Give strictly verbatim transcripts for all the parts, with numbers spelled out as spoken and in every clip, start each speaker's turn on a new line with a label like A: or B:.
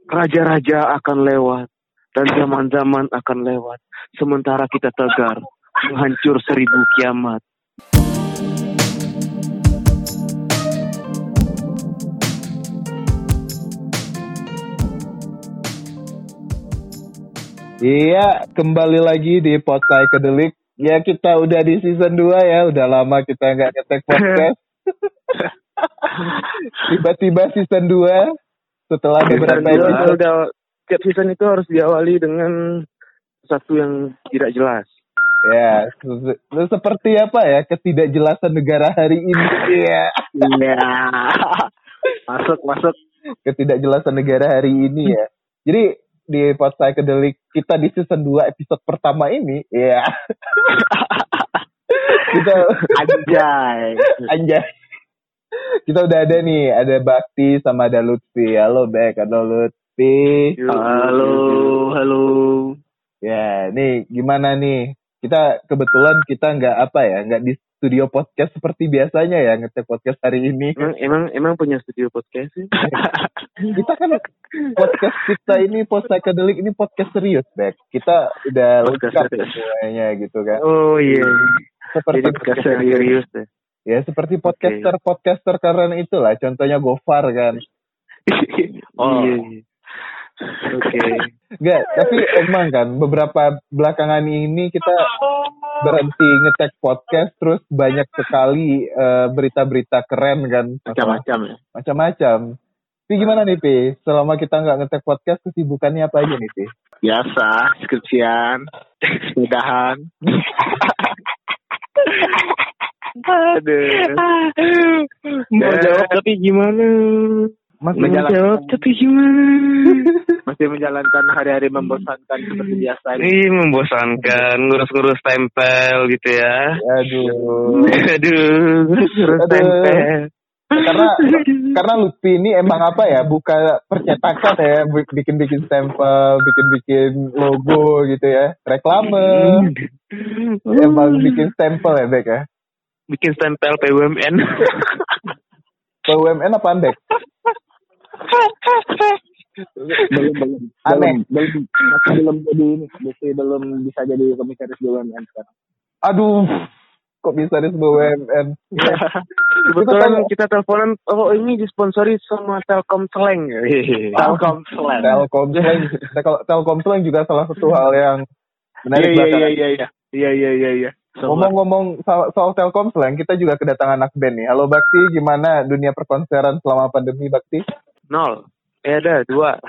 A: raja-raja akan lewat dan zaman-zaman akan lewat, sementara kita tegar menghancur seribu kiamat.
B: Iya, kembali lagi di Podcast Kedelik. Ya, kita udah di season dua ya, udah lama kita nggak ngetek podcast. Tiba-tiba season dua setelah beberapa episode.
A: Udah, tiap season itu harus diawali dengan satu yang tidak jelas.
B: Ya, se- seperti apa ya, ketidakjelasan negara hari ini. Iya.
A: Iya. Masuk, masuk.
B: Ketidakjelasan negara hari ini ya. Jadi di Podcast Kedelik kita di season dua episode pertama ini, ya. kita
A: Anjay.
B: Anjay. Kita udah ada nih, ada Bakti sama ada Lutfi. Halo Bek, halo Lutfi.
A: Halo, halo.
B: Ya, nih gimana nih? Kita kebetulan kita nggak apa ya, nggak di studio podcast seperti biasanya ya ngetek podcast hari ini.
A: Emang emang emang punya studio podcast sih?
B: Kita kan podcast kita ini Podcast Kedelik ini podcast serius, Bek. Kita udah lengkap semuanya gitu kan.
A: Oh iya.
B: Seperti
A: Jadi podcast serius deh.
B: Ya, seperti podcaster-podcaster keren itulah. Contohnya Gofar kan.
A: Oh iya. Oke. Okay.
B: Enggak, tapi emang kan beberapa belakangan ini kita berhenti ngetek podcast, terus banyak sekali uh, berita-berita keren kan.
A: Macam-macam ya.
B: Macam-macam. Tapi gimana nih, Pi? Selama kita nggak ngetek podcast, kesibukannya apa aja nih, Pi?
A: Biasa, skripsian, sepedahan. Aduh. Mau jawab tapi gimana?
B: Masih
A: menjalankan, jawab tapi gimana? Masih menjalankan hari-hari membosankan seperti biasa. Ih, membosankan, ngurus-ngurus tempel gitu ya.
B: Aduh.
A: Aduh, ngurus tempel.
B: Karena karena Lutfi ini emang apa ya, buka percetakan ya, bikin-bikin stempel, bikin-bikin logo gitu ya, reklame, emang bikin stempel ya, Bek ya?
A: Bikin stempel P U M N.
B: P U M N apaan, Bek?
A: belum belum
B: aneh
A: belum masih belum jadi ini masih belum bisa jadi komisaris B U M N sekarang.
B: Aduh, kok bisa di B U M N?
A: Kebetulan kita teleponan, oh ini disponsori sama Telkomsel. Telkomsel.
B: Telkomsel. Kalau Telkomsel juga salah satu hal yang menarik.
A: Iya iya iya iya iya iya iya iya.
B: Ngomong-ngomong soal, soal Telkomsel, kita juga kedatangan anak band nih. Halo Bakti, gimana dunia perkonseran selama pandemi, Bakti?
A: Nol. Eh ada dua.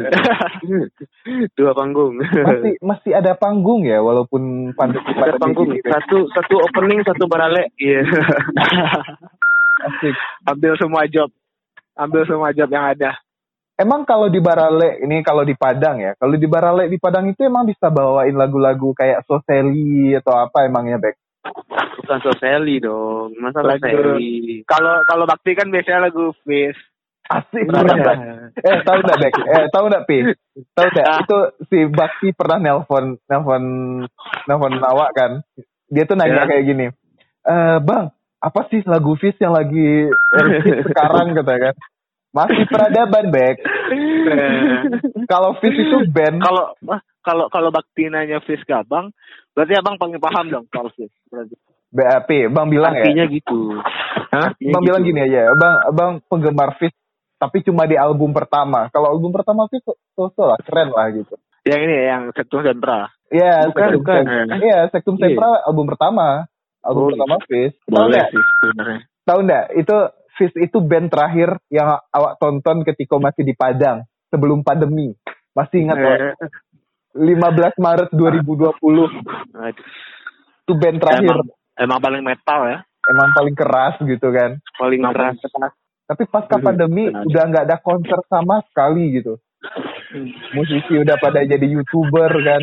A: Dua panggung.
B: Masih masih ada panggung ya walaupun pandemi.
A: Ada panggung. Ini. Satu satu opening, satu barale. Iya. Yeah.
B: Asik.
A: Ambil semua job. Ambil semua job yang ada.
B: Emang kalau di Barale ini kalau di Padang ya, kalau di Barale di Padang itu emang bisa bawain lagu-lagu kayak Soseli atau apa emangnya, Bek?
A: Bukan Soseli dong, masa Soseli. Kalau kalau Bakti kan biasanya lagu Fish.
B: Asik. eh tahu nggak, Bek? Eh tahu nggak, Pi? Tahu nggak?
A: Ah.
B: Itu si Bakti pernah nelpon nelpon nelpon awak kan? Dia tuh nanya ya. Kayak gini, e, Bang, apa sih lagu Fish yang lagi sekarang kata kan? Masih peradaban, Bek. Kalau Fish itu band.
A: Kalau kalau kalau Bakti nanya Fish ke Abang, berarti Abang paling paham dong kalau Fish. Berarti.
B: B A P, Bang bilang
A: artinya
B: ya.
A: Artinya gitu.
B: Hah? Bang gitu. Bilang gini aja, Bang Bang penggemar Fish tapi cuma di album pertama. Kalau album pertama Fish so-so lah, keren lah gitu.
A: Yang ini yang Sektum Sentra.
B: Iya,
A: bukan, bukan.
B: Iya, Sektum Sentra yeah. album pertama. Album oh, pertama Fish. Tahu enggak? Tahu enggak? Itu Fish itu band terakhir yang awak tonton ketika masih di Padang sebelum pandemi. Masih ingat loh. lima belas Maret dua ribu dua puluh.
A: Aduh.
B: Itu band terakhir.
A: Emang, emang paling metal ya.
B: Emang paling keras gitu kan.
A: Paling keras.
B: Tapi pasca pandemi hmm. udah nggak ada konser sama sekali gitu. Musisi udah pada jadi YouTuber kan.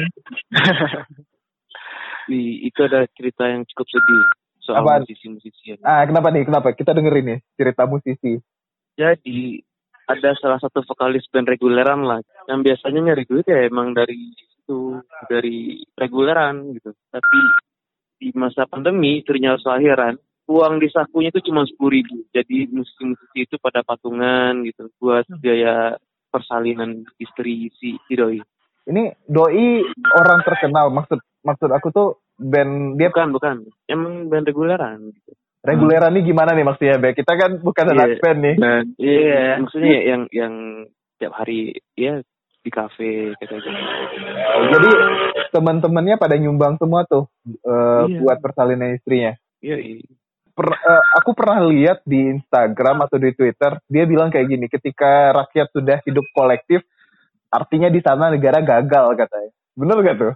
A: Itu ada cerita yang cukup sedih. Soal
B: apa?
A: musisi-musisi.
B: Ah, kenapa nih? Kenapa? Kita dengerin nih cerita musisi.
A: Jadi ada salah satu vokalis band reguleran lah, yang biasanya nyari duit ya emang dari itu, dari reguleran gitu. Tapi di masa pandemi, istrinya harus lahiran, uang di sakunya itu cuma sepuluh ribu. Jadi musisi-musisi itu pada patungan gitu buat biaya persalinan istri si, si Doi.
B: Ini Doi orang terkenal, maksud maksud aku tuh band dia
A: Bukan, bukan. Emang band reguleran.
B: reguleran nih gimana nih maksudnya, Be? Kita kan bukan
A: Iya.
B: anak band nih.
A: Nah, iya, maksudnya yang yang tiap hari ya di kafe kayak gitu.
B: Jadi teman-temannya pada nyumbang semua tuh uh,
A: Iya.
B: buat persalinan istrinya.
A: Iya, iya.
B: Per, uh, aku pernah lihat di Instagram atau di Twitter, dia bilang kayak gini, ketika rakyat sudah hidup kolektif, artinya di sana negara gagal katanya. Bener gak tuh?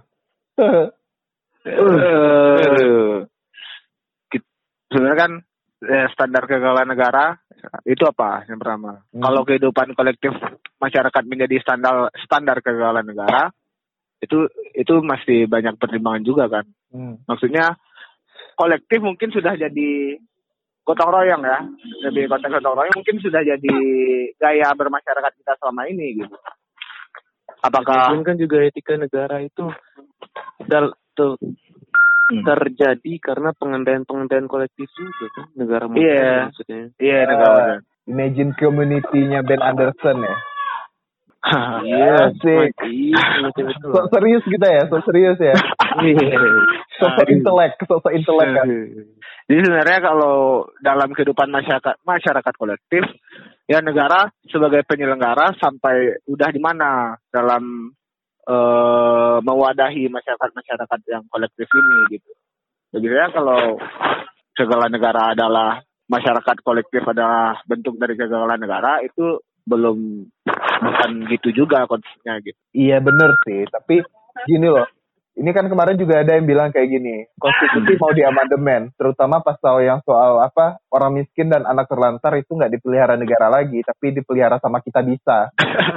C: uh, sebenarnya kan eh, standar kegagalan negara itu apa yang pertama? Hmm. Kalau kehidupan kolektif masyarakat menjadi standar standar kegagalan negara, itu itu masih banyak pertimbangan juga kan. Hmm. Maksudnya kolektif mungkin sudah jadi gotong royong ya, lebih konteks gotong royong mungkin sudah jadi gaya bermasyarakat kita selama ini gitu. Apakah
A: kan juga etika negara itu ter, ter, terjadi karena pengendalian-pengendalian kolektif juga kan negara modern yeah. maksudnya.
C: Iya yeah, negara modern.
B: Uh, Imagine community-nya Ben Anderson ya.
A: Iya,
B: asik. So serius kita ya, so serius ya. Sosok intelek, sosok intelek kan.
C: Jadi sebenarnya kalau dalam kehidupan masyarakat masyarakat kolektif, ya negara sebagai penyelenggara sampai udah di mana dalam uh, mewadahi masyarakat-masyarakat yang kolektif ini gitu. Jadi ya kalau kegagalan negara adalah masyarakat kolektif adalah bentuk dari kegagalan negara, itu belum bukan gitu juga konsepnya gitu.
B: Iya bener sih, tapi gini loh, ini kan kemarin juga ada yang bilang kayak gini, konstitusi mau diamandemen, terutama pasal yang soal apa orang miskin dan anak terlantar itu nggak dipelihara negara lagi, tapi dipelihara sama kita bisa.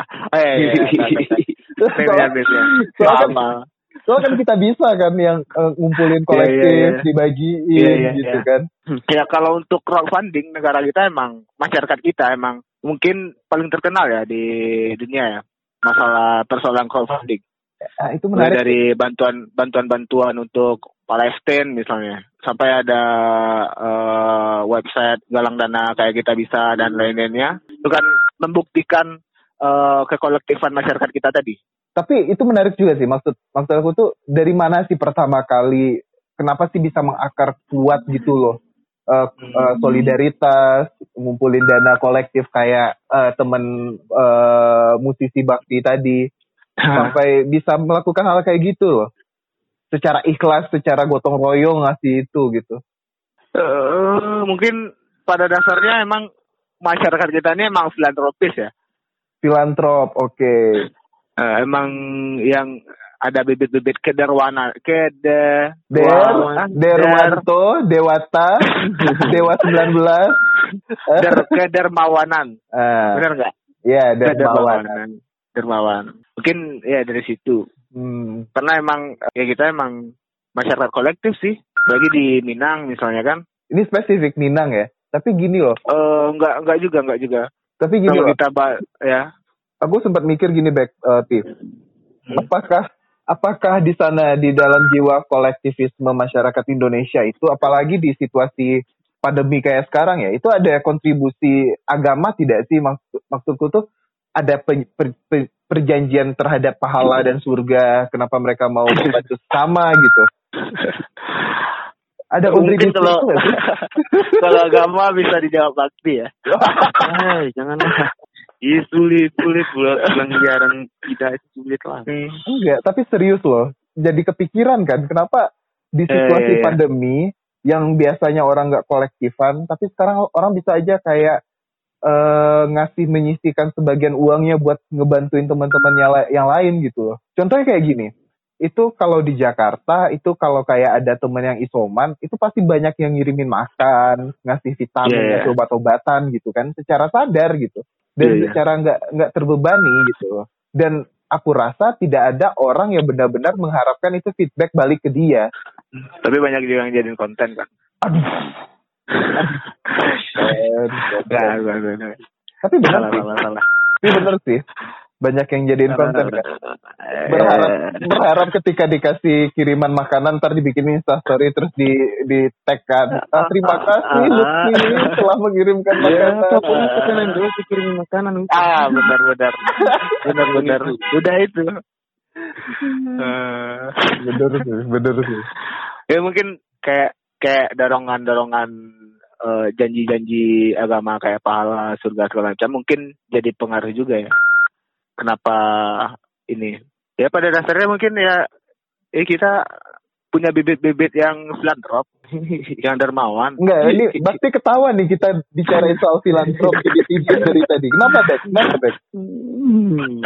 B: Soalnya kan kita bisa kan yang uh, ngumpulin kolektif, yeah, yeah, yeah. dibagiin yeah, yeah, gitu yeah. kan.
C: Ya kalau untuk crowdfunding negara kita emang masyarakat kita emang mungkin paling terkenal ya di dunia ya masalah persoalan crowdfunding.
B: Nah, itu menarik.
C: Mulai dari bantuan bantuan-bantuan untuk Palestina misalnya, sampai ada uh, website galang dana kayak kita bisa dan lain-lainnya, itu kan membuktikan uh, kekolektifan masyarakat kita tadi.
B: Tapi itu menarik juga sih, maksud maksud aku tuh dari mana sih pertama kali kenapa sih bisa mengakar kuat gitu loh. Uh, uh, solidaritas, ngumpulin dana kolektif kayak uh, temen uh, musisi bakti tadi sampai bisa melakukan hal kayak gitu loh, secara ikhlas, secara gotong royong ngasih itu gitu.
C: Uh, mungkin pada dasarnya emang masyarakat kita ini emang filantropis ya.
B: Filantrop, oke. Okay.
C: Uh, emang yang ada bibit-bibit kederwana, keder,
B: Der, Derwanto, Dewata, Dewa sembilan belas,
C: Der, kedermawanan, uh, benar nggak?
B: Iya, dermawanan.
C: Dermawan. Mungkin ya dari situ. Hmm. Karena emang ya kita emang masyarakat kolektif sih, bagi di Minang misalnya kan.
B: Ini spesifik Minang ya. Tapi gini loh.
C: Uh, enggak enggak juga enggak juga.
B: Tapi gini
C: kalau
B: loh.
C: Kita ba- ya.
B: Aku sempat mikir gini back, uh, Tiff. Hmm. Apakah Apakah di sana di dalam jiwa kolektivisme masyarakat Indonesia itu, apalagi di situasi pandemi kayak sekarang ya, itu ada kontribusi agama tidak sih? Maksud, maksudku tuh ada per, per, per, perjanjian terhadap pahala dan surga, kenapa mereka mau membantu sama gitu? Ada kontribusi
C: kalau,
B: itu nggak sih?
C: Kalau agama bisa dijawab bakti ya.
A: Hai, janganlah. Iya sulit, sulit buat bilang jarang tidak sulit lah.
B: Hmm. Enggak, tapi serius loh. Jadi kepikiran kan, kenapa di situasi eh, pandemi yang biasanya orang nggak kolektifan, tapi sekarang orang bisa aja kayak uh, ngasih menyisihkan sebagian uangnya buat ngebantuin teman-temannya yang lain gitu loh. Contohnya kayak gini, itu kalau di Jakarta, itu kalau kayak ada teman yang isoman, itu pasti banyak yang ngirimin makan, ngasih vitamin, yeah. obat-obatan gitu kan, secara sadar gitu. Dan yeah, yeah. secara nggak nggak terbebani gitu. Dan aku rasa tidak ada orang yang benar-benar mengharapkan itu feedback balik ke dia.
C: Tapi banyak juga yang jadiin konten kan. Aduh.
B: Tapi benar sih. Tapi benar sih. banyak yang jadiin konten kan. Berharap berharap ketika dikasih kiriman makanan ntar dibikinin instastory terus di di tag kan. Ah, terima kasih Lutfi telah mengirimkan makanan.
A: Ya, pokoknya makanan dulu dikirimin makanan.
C: Ah, benar-benar. Benar-benar. Udah itu. Uh,
B: bener sih, bener sih.
C: Ya mungkin kayak kayak dorongan-dorongan uh, janji-janji agama kayak pahala, surga segala macam mungkin jadi pengaruh juga ya. Kenapa ini? Ya pada dasarnya mungkin ya, eh kita punya bibit-bibit yang filantrop, yang dermawan.
B: Enggak, ini pasti ketawa nih kita bicarain soal filantrop bibit-bibit dari tadi. Kenapa, Bek? Kenapa, Bek?
A: Hmm.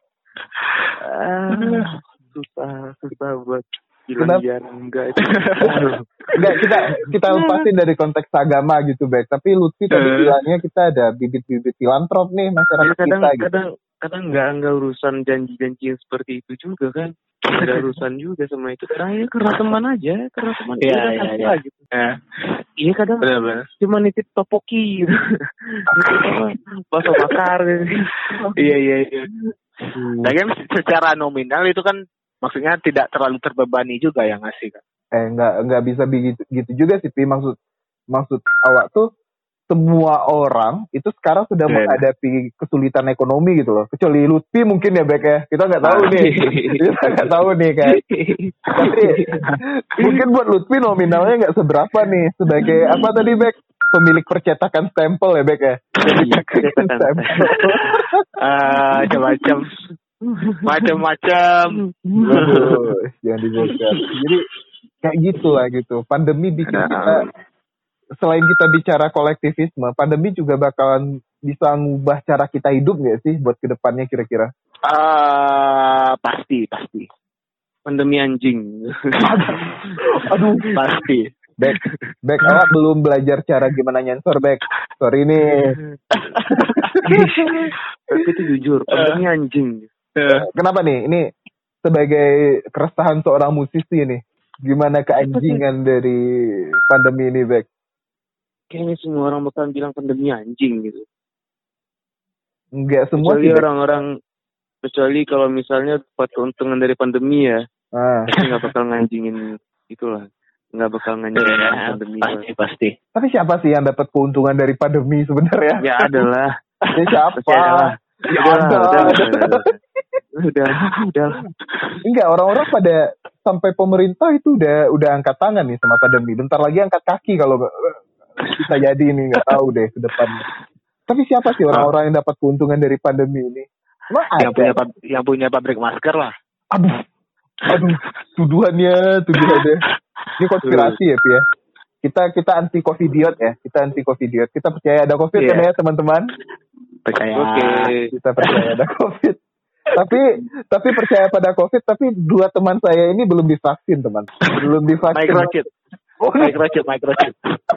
A: Ah, susah, susah buat bilang enggak itu.
B: Enggak, kita kita lepasin dari konteks agama gitu, Bek. Tapi Lutfi tadi bilangnya kita ada bibit-bibit filantrop nih masyarakat
A: ya, kadang,
B: kita gitu.
A: Kadang kadang enggak enggak urusan janji-janji yang seperti itu juga kan. Ada urusan juga sama itu. Karena ya karena teman aja, karena teman
C: ya,
A: ya,
C: ya, ya.
A: gitu. Ya. Iya kadang
C: benar-benar.
A: Cuma nitip topoki gitu. Bakso bakar gitu.
C: Iya iya iya. Hmm. Nah kan secara nominal itu kan maksudnya tidak terlalu terbebani juga yang ngasih kan?
B: Eh nggak nggak bisa begitu gitu juga sih Pi. Maksud maksud awak tuh semua orang itu sekarang sudah yeah. menghadapi kesulitan ekonomi gitu loh. Kecuali Lutfi mungkin ya Bek ya. Kita nggak tahu nih. Kita nggak tahu nih kan. Tapi mungkin buat Lutfi nominalnya nggak seberapa nih. Sebagai apa tadi Bek? Pemilik percetakan stempel ya Bek ya. Percetakan stempel.
C: Ah, macam-macam. Macam-macam.
B: Waduh, jangan dibongkar. Jadi kayak gitulah gitu. Pandemi bikin kita, selain kita bicara kolektivisme, pandemi juga bakalan bisa ngubah cara kita hidup nggak sih buat kedepannya kira-kira?
C: Uh, pasti, pasti.
A: Pandemi anjing.
B: Aduh, aduh.
C: Pasti.
B: Bek, Bek, awak belum belajar cara gimana nyensor, Bek. Sorry nih.
A: Tapi itu jujur, pandemi anjing.
B: Kenapa nih? Ini sebagai keresahan seorang musisi nih. Gimana keanjingan dari pandemi ini, Bek?
A: Kayaknya semua orang bakal bilang pandemi anjing gitu.
B: Enggak semua
A: kecuali
B: sih,
A: orang-orang, kecuali kalau misalnya dapat keuntungan dari pandemi ya,
B: ah.
A: pasti nggak bakal nganjingin itulah. Nggak bakal nganjingin
C: ya,
A: pandemi.
C: Pasti, pasti.
B: Tapi siapa sih yang dapat keuntungan dari pandemi sebenarnya?
A: Ya adalah.
B: Ya siapa?
A: Ya ada. Udah, udah.
B: Enggak, orang-orang pada sampai pemerintah itu udah udah angkat tangan nih sama pandemi. Bentar lagi angkat kaki kalau bisa jadi ini, nggak tahu deh ke depannya. Tapi siapa sih orang-orang yang dapat keuntungan dari pandemi ini?
C: Emang yang punya yang punya pabrik masker lah.
B: Aduh, aduh, tuduhannya, tuduhannya. Ini konspirasi ya, Pi ya. Kita kita anti covidiot ya, kita anti covidiot. Kita percaya ada covid yeah. kan ya teman-teman?
C: Percaya.
B: Oke, okay. Kita percaya ada covid. tapi tapi percaya pada covid, tapi dua teman saya ini belum divaksin teman, belum divaksin.
C: Microchip, oh, microchip, microchip.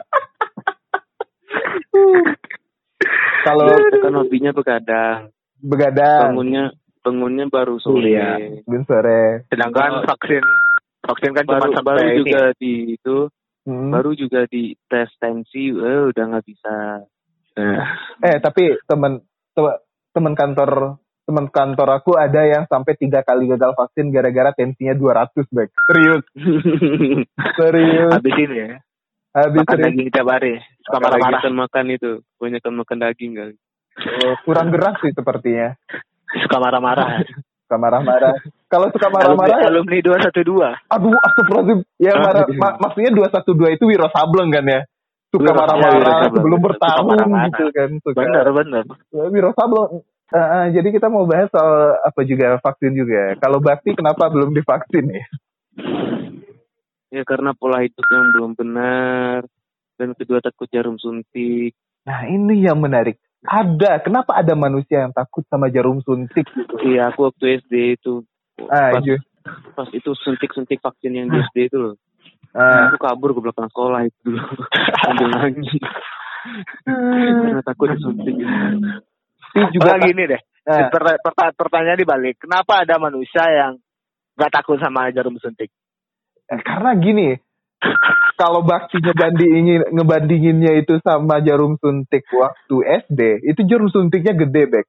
B: Kalau
A: kan hobinya begadang,
B: begadang,
A: bangunnya bangunnya baru sore,
C: ya.
B: sore.
C: Sedangkan oh. vaksin, vaksin kan
A: baru,
C: cuma
A: baru
C: sampai
A: juga
C: ini.
A: di itu, hmm. baru juga di tes tensi, eh, udah nggak bisa.
B: Eh, eh tapi teman teman kantor teman kantor aku ada yang sampai tiga kali gagal vaksin gara-gara tensinya dua ratus Bek. Serius. Serius.
C: Habis ini ya.
B: Habis
C: makan daging tiap hari. Suka marah-marah.
A: Makan itu, kebanyakan makan daging kali.
B: Oh, kurang gerak sih sepertinya.
C: Suka marah-marah.
B: Suka marah-marah. Kalau suka marah-marah
C: alumni dua satu dua.
B: Aduh, astagfirullahaladzim. Ya marah, ma- maksudnya dua satu dua itu Wiro Sableng kan ya. Suka Wiro marah-marah sebelum bertahun gitu kan. Suka.
C: Benar, benar.
B: Wiro Sableng. Uh, jadi kita mau bahas soal apa juga vaksin juga. Kalau Bakti kenapa belum divaksin ya?
A: Ya karena pola hidup yang belum benar dan kedua takut jarum suntik.
B: Nah ini yang menarik. Ada, kenapa ada manusia yang takut sama jarum suntik? Gitu?
A: Iya, aku waktu S D itu
B: ah,
A: pas,
B: iya.
A: pas itu suntik-suntik vaksin yang di S D itu loh.
B: Ah.
A: Aku kabur ke belakang sekolah itu dulu sambil nangis karena takut suntik.
C: Tapi juga gini deh, nah. per- per- pertanyaan dibalik, kenapa ada manusia yang gak takut sama jarum suntik?
B: Eh, karena gini, kalau Bakti ngebandingin ngebandinginnya itu sama jarum suntik waktu S D, itu jarum suntiknya gede, Bek.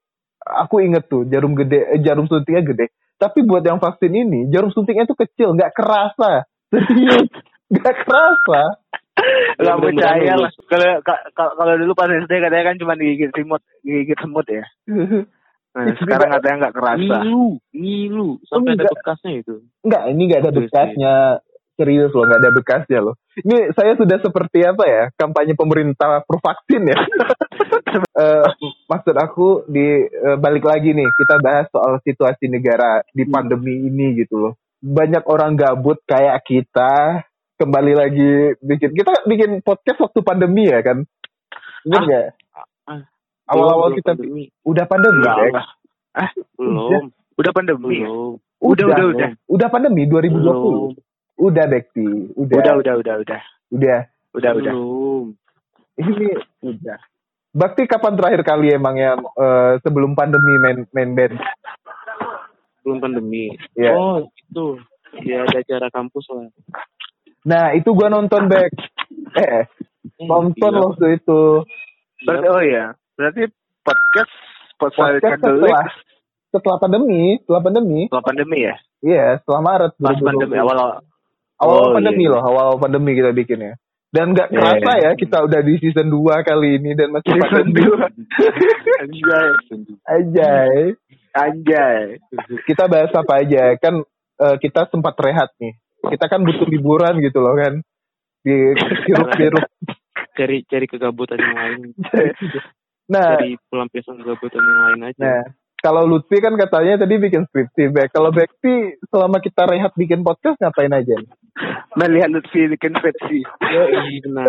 B: aku inget tuh jarum gede, eh, jarum suntiknya gede. Tapi buat yang vaksin ini, jarum suntiknya tuh kecil, nggak kerasa. Serius, nggak kerasa.
C: Gak percaya lah. Kalau kalau dulu pas S D katanya kan cuma digigit semut, digigit semut ya. Nah, sekarang katanya nggak kerasa.
A: Ngilu, ngilu sampai
B: Enggak.
A: ada bekasnya itu.
B: Enggak, ini nggak ada
A: Serius,
B: bekasnya. Serius loh, nggak ada bekasnya loh. Ini saya sudah seperti apa ya? Kampanye pemerintah pro vaksin ya. Eh, maksud aku di eh, balik lagi nih, kita bahas soal situasi negara di pandemi ini gitu loh. Banyak orang gabut kayak kita kembali lagi bikin kita bikin podcast waktu pandemi ya kan? Ingat
A: Ah.
B: nggak?
A: Ah,
B: Awal-awal
A: belum
B: kita
A: pandemi.
B: udah pandemi,
C: Enggak
B: Bek.
C: lah. Ah,
A: Belum,
C: udah pandemi.
A: belum.
C: Udah, udah, udah.
B: Udah pandemi dua ribu dua puluh.
A: Belum.
B: Udah, Bekti. Udah.
C: Udah, udah, udah, udah.
B: Udah.
C: Udah, udah.
A: Belum.
B: Ini
C: Udah.
B: Bakti kapan terakhir kali emang ya eh, sebelum pandemi main main band?
A: Belum pandemi.
B: Iya.
A: Oh, itu. Ya ada acara kampus lah.
B: Nah, itu gua nonton, Bek. Eh, nonton
A: iya.
B: waktu itu.
C: Berarti, oh iya. Berarti podcast podcast
B: Podcast
C: Catholic
B: setelah setelah pandemi, setelah pandemi.
C: setelah pandemi ya?
B: Iya, setelah Maret
C: Pas
B: dua ribu dua puluh.
C: pandemi awal
B: Awal
C: Oh,
B: pandemi
C: iya.
B: loh, awal pandemi kita bikin ya. Dan nggak
C: Iya,
B: kerasa
C: iya.
B: ya kita udah di season dua kali ini dan masih
C: Season
B: pandemi.
C: dua. Anjay.
B: Ajay.
C: Anjay.
B: Kita bahas apa aja kan eh, kita sempat rehat nih. Kita kan butuh liburan gitu loh kan. Di hiruk-hiruk.
A: Cari cari kegabutan yang lain.
B: Nah,
A: Cari pelampiasan kegabutan yang lain aja.
B: nah, kalau Lutfi kan katanya tadi bikin skripsi, Bek. Kalau Bekti selama kita rehat bikin podcast ngapain aja nih?
C: Melihat Lutfi bikin versi.
A: Yoi, benar.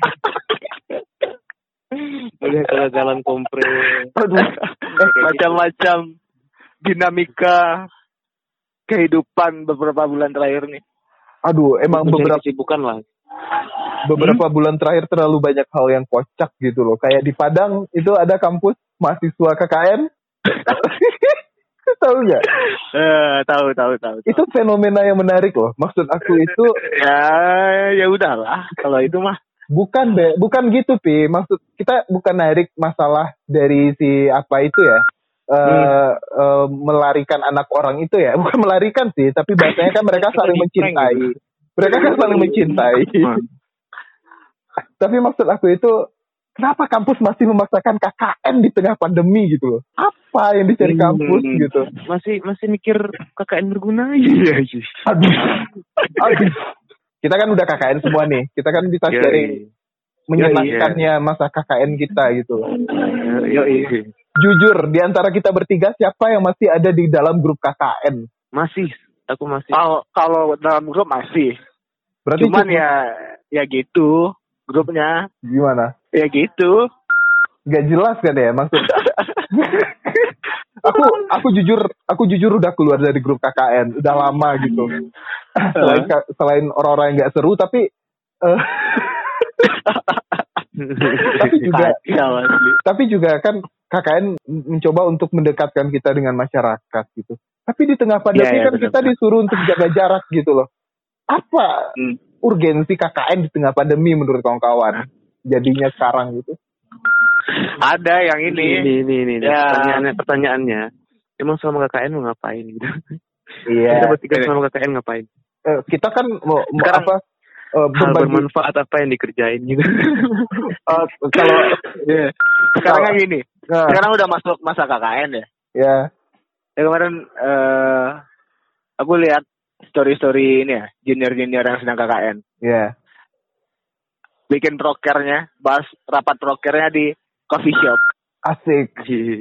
A: Melihat kegagalan kompre.
C: Macam-macam dinamika kehidupan beberapa bulan terakhir nih.
B: Aduh, emang
A: Mencari
B: beberapa
A: kesibukan lah.
B: beberapa bulan terakhir terlalu banyak hal yang kocak gitu loh. Kayak di Padang itu ada kampus mahasiswa K K N. Tahu nggak?
C: Eh, tahu tahu tahu. tahu.
B: Itu fenomena yang menarik loh. Maksud aku itu
C: Ya, ya udahlah. Kalau itu mah
B: bukan be, bukan gitu Pi. Maksud kita bukan narik masalah dari si apa itu ya. Eh, eh, melarikan anak orang itu ya. Bukan melarikan sih, tapi bahasanya kan mereka saling mencintai. Mereka kan saling mencintai. Tapi maksud aku itu kenapa kampus masih memaksakan K K N di tengah pandemi gitu loh? Apa yang dicari kampus
C: Hmm.
B: gitu?
A: Masih masih mikir K K N berguna
C: Iya,
A: ya.
C: iya.
B: Aduh. Aduh. Kita kan udah K K N semua nih. Kita kan bisa sharing menyenangkannya masa K K N kita gitu.
C: Yo, iya.
B: Jujur, di antara kita bertiga siapa yang masih ada di dalam grup K K N?
A: Masih, aku masih.
C: Kalau kalau dalam grup masih.
B: Berarti
C: Cuman
B: cuma-
C: ya ya gitu grupnya.
B: gimana?
C: Ya gitu.
B: Gak jelas kan ya maksud. aku aku jujur aku jujur udah keluar dari grup K K N udah lama gitu. selain selain orang-orang yang gak seru tapi eh, tapi juga
C: Kacau asli.
B: tapi juga kan K K N mencoba untuk mendekatkan kita dengan masyarakat gitu. Tapi di tengah pandemi
C: Iya, iya,
B: kan kita
C: benar-benar.
B: disuruh untuk jaga jarak gitu loh. Apa
C: Hmm.
B: urgensi K K N di tengah pandemi menurut kawan-kawan? Jadinya sekarang gitu.
C: Ada yang
A: Ini
C: ini.
A: ini ini, ini.
C: Ya.
A: Pertanyaannya pertanyaannya. Emang selama K K N mau ngapain gitu?
B: Iya.
A: Kita bertiga selama K K N ngapain?
B: Eh, kita kan mau, mau
C: Sekarang-
B: apa? eh,
A: Hal
B: berbagi.
A: bermanfaat apa yang dikerjain gitu?
B: Eh, kalau
C: Iya. Sekarang kan gini.
B: nah,
C: Sekarang udah masuk masa K K N ya.
B: ya,
C: Ya kemarin eh aku lihat story-story ini ya, junior-junior yang sedang K K N.
B: ya.
C: Bikin prokernya, bahas rapat prokernya di coffee shop.
B: Asik.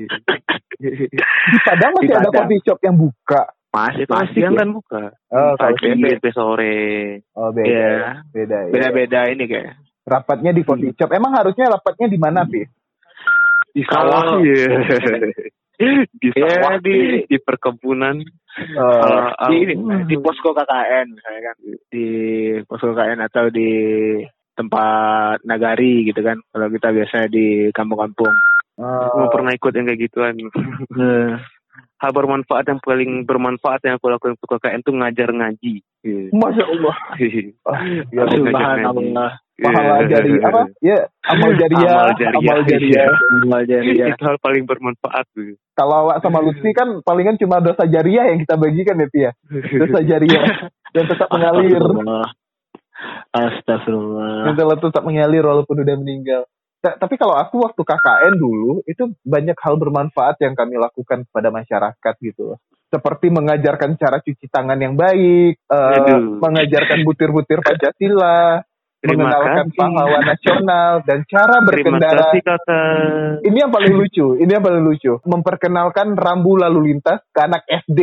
B: Di Padang masih
C: Di
B: ada
C: Padang.
B: coffee shop yang buka.
C: Masih,
A: Itu
C: masih.
A: siang
C: ya.
A: kan buka.
B: Oh,
A: Pagi,
C: pagi.
A: sampai sore.
B: Oh, beda.
C: Iya.
B: Beda. ya.
C: Beda-beda ini kayak.
B: Rapatnya di coffee shop. Emang harusnya rapatnya di mana, Pi?
A: Di
C: Kalau-
A: sawah. Iya. Di
C: Iya,
A: sawah,
C: di-
A: di perkebunan.
B: Eh,
A: Ah,
C: di ini,
A: ah.
C: di posko K K N misalnya kan. Di posko K K N atau di tempat nagari gitu kan. Kalau kita biasanya di kampung-kampung.
B: eh,
A: Aku pernah ikut yang kayak gituan. hal bermanfaat yang paling bermanfaat yang aku lakukan untuk K K N tuh ngajar ngaji.
B: Masya Allah.
C: Oh, ya subhanallah.
B: Pahala jari apa? Ya, amal jariah,
A: Amal jariah.
B: amal jariah.
C: Amal jariah.
A: Itu hal paling bermanfaat tuh.
B: Kalau awak sama Lutfi kan palingan cuma dosa jariah yang kita bagikan ya, Pi ya. Dosa jariah dan tetap mengalir.
C: Astagfirullah.
B: Dan tetap mengalir walaupun udah meninggal. T- Tapi kalau aku waktu K K N dulu itu banyak hal bermanfaat yang kami lakukan kepada masyarakat gitu loh. Seperti mengajarkan cara cuci tangan yang baik, uh,
A: Aduh.
B: mengajarkan butir-butir Pancasila,
A: Terima
B: mengenalkan
A: kasih.
B: pahlawan nasional dan cara
A: Terima
B: berkendara.
A: kasih kakak.
B: Ini yang paling lucu, ini yang paling lucu. Memperkenalkan rambu lalu lintas ke anak S D.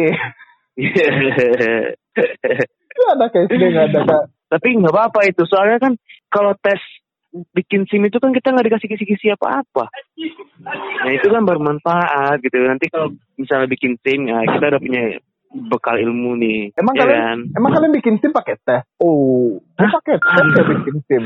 B: Itu anak S D nggak ada Kak.
A: Tapi nggak apa-apa itu, soalnya kan kalau tes bikin SIM itu kan kita nggak dikasih kisi-kisi apa-apa. Nah itu kan bermanfaat gitu. Nanti kalau misalnya bikin SIM, ya kita udah punya bekal ilmu nih.
B: Emang
A: ya
B: kalian,
A: kan?
B: emang kalian bikin SIM pakai tes? Oh, oh pakai tes ya bikin SIM.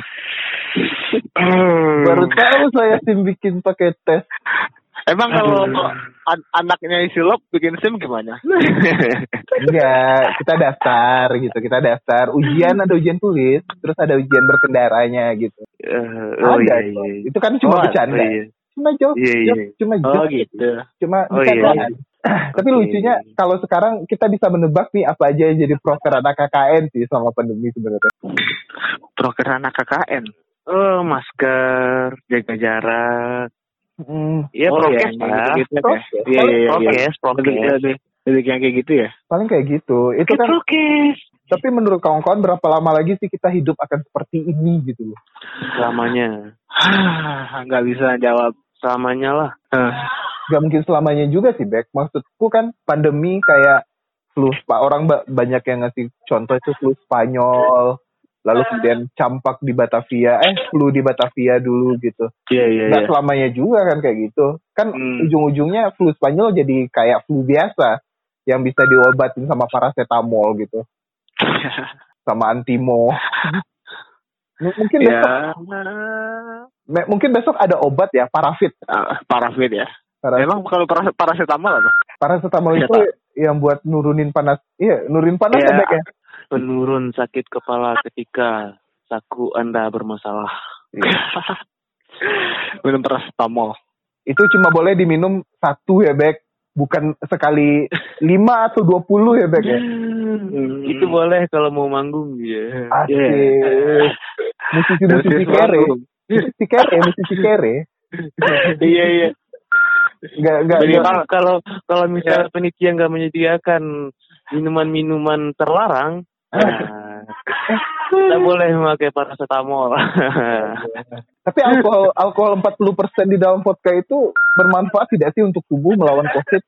B: Baru tahu saya SIM bikin pakai tes.
C: Emang kalau an- anaknya isi lop bikin SIM gimana?
B: Enggak, kita daftar gitu, kita daftar. Ujian ada ujian tulis, terus ada ujian berkendaranya gitu.
A: Uh, oh
B: ada,
A: iya, iya.
B: itu kan cuma
C: Oh,
B: bercanda.
A: iya.
B: Cuma jawab,
A: Iya, iya.
B: jawab, cuma
C: Oh
B: jawab,
C: gitu.
B: cuma
A: Oh,
B: bercandaan.
A: iya.
B: Tapi
A: Oke.
B: lucunya kalau sekarang kita bisa menebak nih apa aja yang jadi proker anak K K N sih selama pandemi sebenarnya.
C: Proker anak K K N.
A: Oh, masker, jaga jarak.
B: Hmm,
A: Iya,
C: Oh,
A: prokes
C: iya,
A: lah.
C: gitu-gitu ya.
B: Prokes.
C: Iya iya iya.
A: Prokes, prokes.
C: Lebih- lebih- lebih yang kayak gitu ya.
B: paling kayak gitu. Itu
A: Kan
B: kan.
A: prokes.
B: Tapi menurut kawan-kawan berapa lama lagi sih kita hidup akan seperti ini gitu loh?
A: Selamanya.
C: Nggak bisa jawab.
A: Selamanya lah.
C: Hah.
B: Gak mungkin selamanya juga sih, Bek. Maksudku kan pandemi kayak flu, Pak. Orang ba- banyak yang ngasih contoh itu flu Spanyol, lalu kemudian campak di Batavia, eh flu di Batavia dulu gitu.
C: Iya iya
B: Gak
C: iya.
B: selamanya juga kan kayak gitu. Kan
C: Hmm.
B: ujung-ujungnya flu Spanyol jadi kayak flu biasa yang bisa diobatin sama paracetamol gitu, sama antimo. M- mungkin besok,
C: Ya.
B: me- mungkin besok ada obat ya, parafit.
C: Ah, Parafit ya.
B: Parafit.
C: Emang kalau paras- paracetamol apa?
B: Paracetamol
C: Iya,
B: itu yang buat nurunin panas. Iya, nurunin panas
C: Iya.
B: ya, Bek ya.
A: Penurun sakit kepala ketika saku Anda bermasalah.
C: Minum paracetamol.
B: Itu cuma boleh diminum satu ya, Bek. Bukan sekali lima atau dua puluh ya, Bek ya.
A: Hmm, itu boleh kalau mau manggung ya.
B: Asik. Musisi-musisi
C: Dosis
B: kere.
C: manggung.
B: Musisi kere, musisi kere.
C: Iya iya.
B: Enggak enggak
A: Minimal
B: enggak.
A: kalau kalau misalnya penitia nggak menyediakan minuman-minuman terlarang, nah, kita boleh memakai paracetamol.
B: Tapi alkohol alkohol empat puluh persen di dalam vodka itu bermanfaat tidak sih untuk tubuh melawan Covid?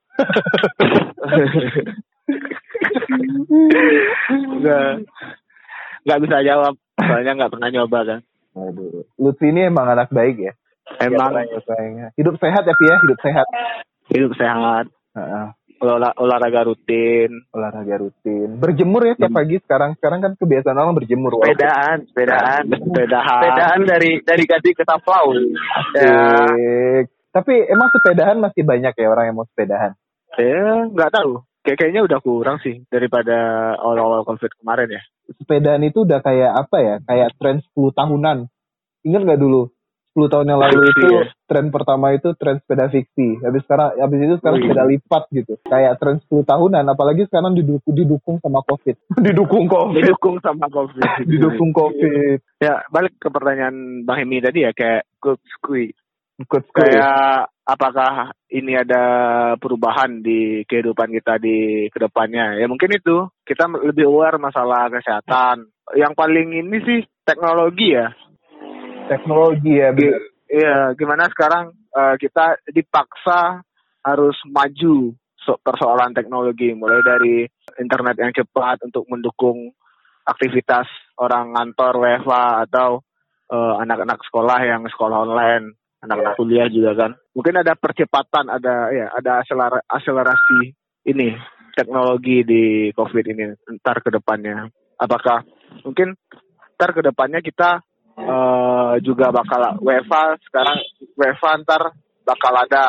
C: Nggak nggak bisa jawab. Soalnya nggak pernah nyoba kan.
B: Aduh. Lutfi ini emang anak baik ya.
C: Emang
B: Ya, sayangnya. Hidup sehat ya, Pi ya, hidup sehat.
C: hidup sehat.
B: Heeh.
C: Olah- olahraga rutin.
B: Olahraga rutin. Berjemur ya tiap pagi sekarang. Sekarang kan kebiasaan orang berjemur. walaupun-
A: sepedaan, sepedaan,
C: Sepedahan.
A: sepedaan dari dari Gading ke Taplau. Ya,
B: Asik. Tapi emang sepedahan masih banyak ya orang yang mau sepedahan.
C: Ya nggak tahu. Kayak kayaknya udah kurang sih daripada awal-awal COVID kemarin ya.
B: Sepedahan itu udah kayak apa ya? Kayak tren sepuluh tahunan. Ingat nggak dulu? sepuluh tahun yang lalu
C: Fiksi,
B: itu
C: ya?
B: tren pertama itu tren sepeda fiksi. Habis sekarang habis itu sekarang
C: Wih.
B: sepeda lipat gitu. Kayak tren sepuluh tahunan apalagi sekarang didukung didukung sama Covid. didukung Covid.
C: Didukung sama COVID.
B: didukung Covid.
C: Ya balik ke pertanyaan Bang Hemi tadi ya kayak
A: good squeeze.
B: Ikut
C: kayak apakah ini ada perubahan di kehidupan kita di kedepannya? Ya mungkin itu kita lebih aware masalah kesehatan. Yang paling ini sih teknologi ya.
B: teknologi ya.
C: Gi-
B: benar.
C: Iya, gimana sekarang eh, kita dipaksa harus maju so- persoalan teknologi, mulai dari internet yang cepat untuk mendukung aktivitas orang ngantor W F H atau eh, anak-anak sekolah yang sekolah online, anak-anak kuliah juga kan. Mungkin ada percepatan, ada ya, ada akseler- akselerasi ini teknologi di COVID ini ntar ke depannya. Apakah mungkin ntar ke depannya kita Uh, juga bakal W F H sekarang W F H ntar bakal ada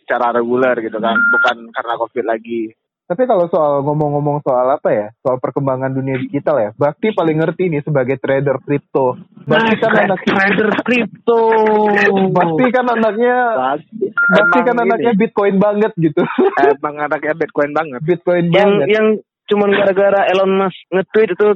C: secara reguler gitu kan, bukan karena COVID lagi.
B: Tapi kalau soal ngomong-ngomong soal apa ya, soal perkembangan dunia digital ya, Bakti paling ngerti nih sebagai trader kripto. Bakti kan
A: Nah,
B: anak
A: trader kripto.
B: Bakti kan anaknya Bakti kan
C: Emang
B: anaknya
C: ini,
B: Bitcoin banget gitu.
C: emang anaknya Bitcoin banget.
B: Bitcoin
A: yang
B: banget.
A: yang cuman gara-gara Elon Musk nge-tweet itu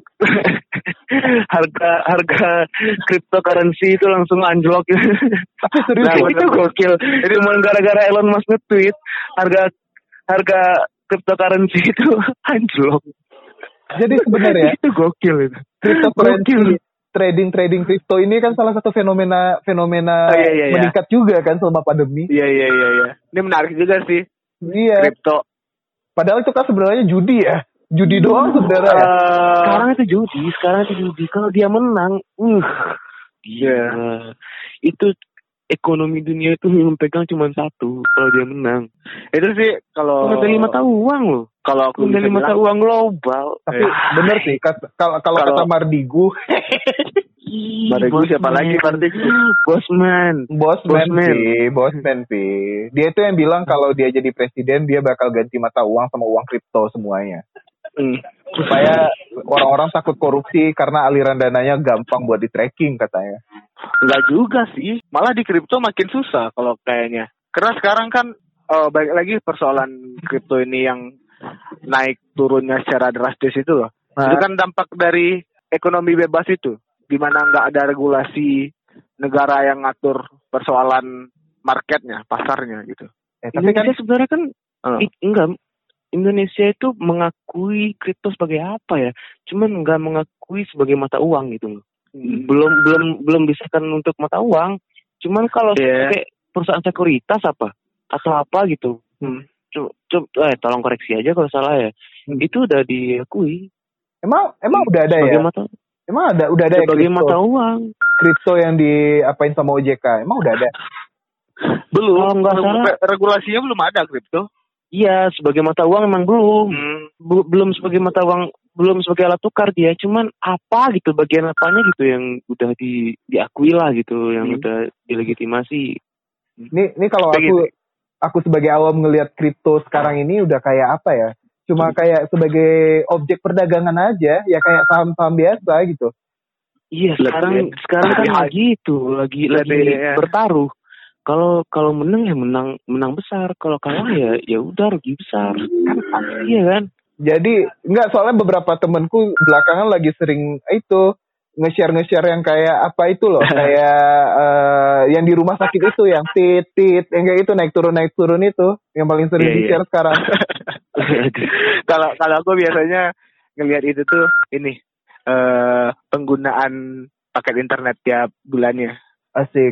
A: harga harga cryptocurrency itu langsung anjlok.
B: Tapi serius
A: Nah,
B: loh.
A: itu gokil. Itu cuman gara-gara Elon Musk nge-tweet harga harga cryptocurrency itu anjlok.
B: Jadi sebenarnya
A: itu gokil itu.
B: cryptocurrency
A: Gokil.
B: trading trading kripto ini kan salah satu fenomena fenomena
C: Oh, iya, iya, iya.
B: meningkat juga kan selama pandemi.
C: Iya iya iya iya. Ini menarik juga sih
B: Iya.
C: kripto.
B: Padahal itu kan sebenarnya judi ya. Judi doang sebenarnya. ya.
C: Eh,
A: Sekarang itu judi, sekarang itu judi. Kalau dia menang, uh,
C: Iya.
A: gila. Itu ekonomi dunia itu yang pegang cuma satu. Kalau dia menang,
C: itu sih kalau
A: medali mata uang loh.
C: kalau aku bisa
A: Medali mata
C: bilang,
A: uang global.
B: Tapi bener sih kat- kalau kalau
C: Kalau-
B: kata Mardigu,
C: Mardigu siapa lagi, Mardigu?
A: Bosman.
B: Bosman
A: Bosman.
B: sih, Bosman sih. Dia itu yang bilang kalau dia jadi presiden dia bakal ganti mata uang sama uang kripto semuanya.
C: hmm,
B: Supaya orang-orang takut korupsi karena aliran dananya gampang buat di tracking katanya.
C: enggak juga sih. Malah di kripto makin susah kalau kayaknya. Karena sekarang kan eh, balik lagi persoalan kripto ini yang naik turunnya secara drastis itu loh.
B: Nah.
C: Itu kan dampak dari ekonomi bebas itu, di mana nggak ada regulasi negara yang ngatur persoalan marketnya, pasarnya gitu.
B: Eh, tapi kan
A: Indonesia sebenarnya kan
C: Eh.
A: i- enggak. Indonesia itu mengakui kripto sebagai apa ya? Cuman enggak mengakui sebagai mata uang gitu loh. Belum belum belum bisa kan untuk mata uang. Cuman kalau
C: Iya.
A: kayak perusahaan sekuritas apa atau apa gitu.
C: Hmm.
A: Coba, coba eh tolong koreksi aja kalau salah ya.
C: Hmm.
A: Itu udah diakui
B: emang emang udah ada
A: sebagai
B: ya?
A: mata
B: Emang ada udah ada ya
A: sebagai
B: kripto,
A: mata uang.
B: kripto yang diapain sama O J K? Emang udah ada?
C: Belum,
A: Kalau nggak
C: Regu-
A: salah-
C: regulasinya belum ada kripto.
A: Iya, sebagai mata uang emang belum.
C: Hmm.
A: Bu- belum sebagai mata uang, belum sebagai alat tukar dia, cuman apa gitu bagian apanya gitu yang udah di diakui lah gitu, yang
C: Hmm.
A: udah dilegitimasi.
B: Nih nih kalau
C: Kayak
B: aku aku sebagai awam ngelihat kripto sekarang ini udah kayak apa ya? Cuma kayak sebagai objek perdagangan aja, ya kayak saham-saham biasa gitu.
A: Iya,
C: Lebih-
A: sekarang sekarang kan
C: lebih-
A: lagi itu, lagi lagi
C: lebih, ya.
A: bertaruh. Kalau kalau menang ya menang menang besar, kalau kalah ya ya udah rugi besar. Kan pasti ya kan.
B: Jadi enggak, soalnya beberapa temenku belakangan lagi sering itu nge-share nge-share yang kayak apa itu loh, kayak eh, yang di rumah sakit itu yang tit tit yang kayak itu naik turun naik turun itu yang paling sering
C: Iya, iya.
B: di-share sekarang.
C: Kalau kalau aku biasanya ngelihat itu tuh ini eh penggunaan paket internet tiap bulannya.
B: Asik.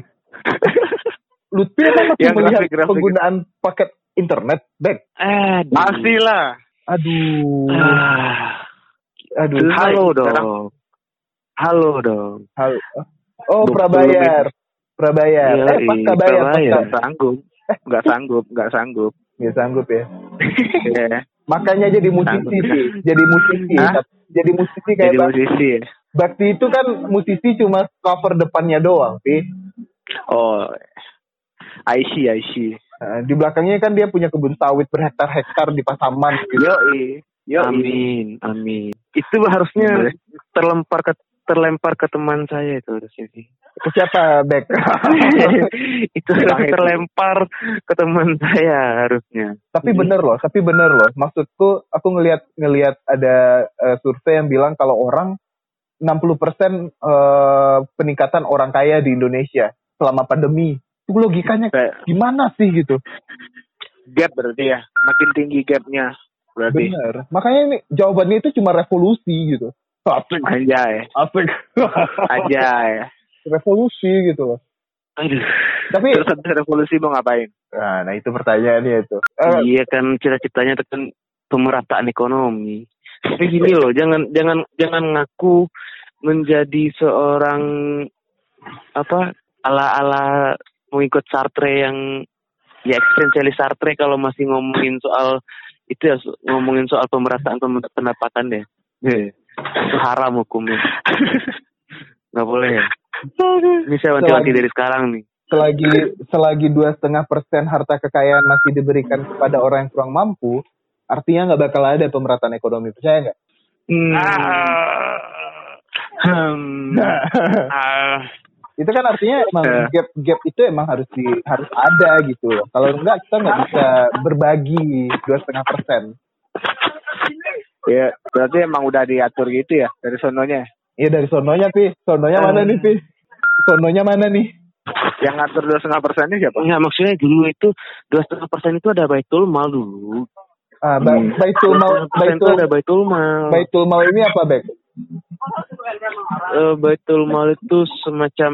B: Lutfi emang masih
C: Yang
B: melihat
C: grafik-grafik
B: penggunaan paket internet, Bek?
A: Aduh.
C: Pastilah.
B: Aduh.
A: Ah.
B: Aduh.
C: Selesai.
A: Halo
C: Sekarang-
A: dong. Halo dong.
B: Halo. Oh,
C: Dua puluh
B: prabayar. Prabayar.
A: Iya,
B: Eh, pasca bayar.
A: prabayar.
B: Pasca.
C: Nggak sanggup. Nggak sanggup. Nggak sanggup.
B: Nggak sanggup ya.
C: Iya.
B: Makanya jadi musisi
C: Sanggup.
B: sih. Jadi musisi.
C: Hah?
B: Jadi musisi kayak
C: Jadi
B: Bang.
C: musisi ya.
B: Bakti itu kan musisi cuma cover depannya doang, sih.
C: Oh. I see, I see.
B: Nah, di belakangnya kan dia punya kebun sawit berhektar-hektar di Pasaman gitu.
C: Yoi. Yoi.
A: Amin, amin. Itu harusnya terlempar ke terlempar ke teman saya itu harusnya sih.
B: Ke siapa, Bek?
A: Itu harus terlempar ke teman saya harusnya.
B: Tapi bener loh, tapi bener loh. Maksudku, aku ngelihat ngelihat ada eh, survei yang bilang kalau orang enam puluh persen eh, peningkatan orang kaya di Indonesia selama pandemi. Itu logikanya
C: Kayak
B: gimana sih gitu?
C: gap berarti ya. Makin tinggi gapnya. Berarti.
B: Bener. Makanya ini jawabannya itu cuma revolusi gitu. Asik.
C: Anjay.
B: Asik.
C: Anjay.
B: Revolusi gitu loh.
A: Aduh.
B: Tapi,
C: Terus habis revolusi mau ngapain?
B: nah, nah itu pertanyaannya itu. Eh,
A: Iya kan cita-citanya itu kan pemerataan ekonomi. Tapi gini loh, jangan jangan jangan ngaku menjadi seorang apa ala-ala mengikut Sartre yang ya eksistensialis Sartre kalau masih ngomongin soal itu ya ngomongin soal pemerataan pem- pendapatan deh. Itu haram hukumnya. Nggak boleh ya. Ini saya wanti-wanti dari sekarang nih.
B: selagi selagi dua setengah persen harta kekayaan masih diberikan kepada orang yang kurang mampu, artinya nggak bakal ada pemerataan ekonomi, percaya nggak?
C: Hmm. Hmm.
B: Ah. Itu kan artinya emang gap gap itu emang harus di harus ada gitu loh. Kalau enggak kita nggak bisa berbagi dua setengah persen.
C: Ya berarti emang udah diatur gitu ya dari sononya.
B: Iya dari sononya pi, sononya mana nih pi? Sononya mana nih?
C: Yang ngatur dua setengah persennya siapa?
A: Enggak, maksudnya dulu itu dua setengah persen itu ada baitul mal dulu.
B: Ah, ba-
A: Hmm.
B: baitul mal, baitul
A: ada baitul mal.
B: Baitul mal ini apa, Bek?
A: Uh, baitul mal itu semacam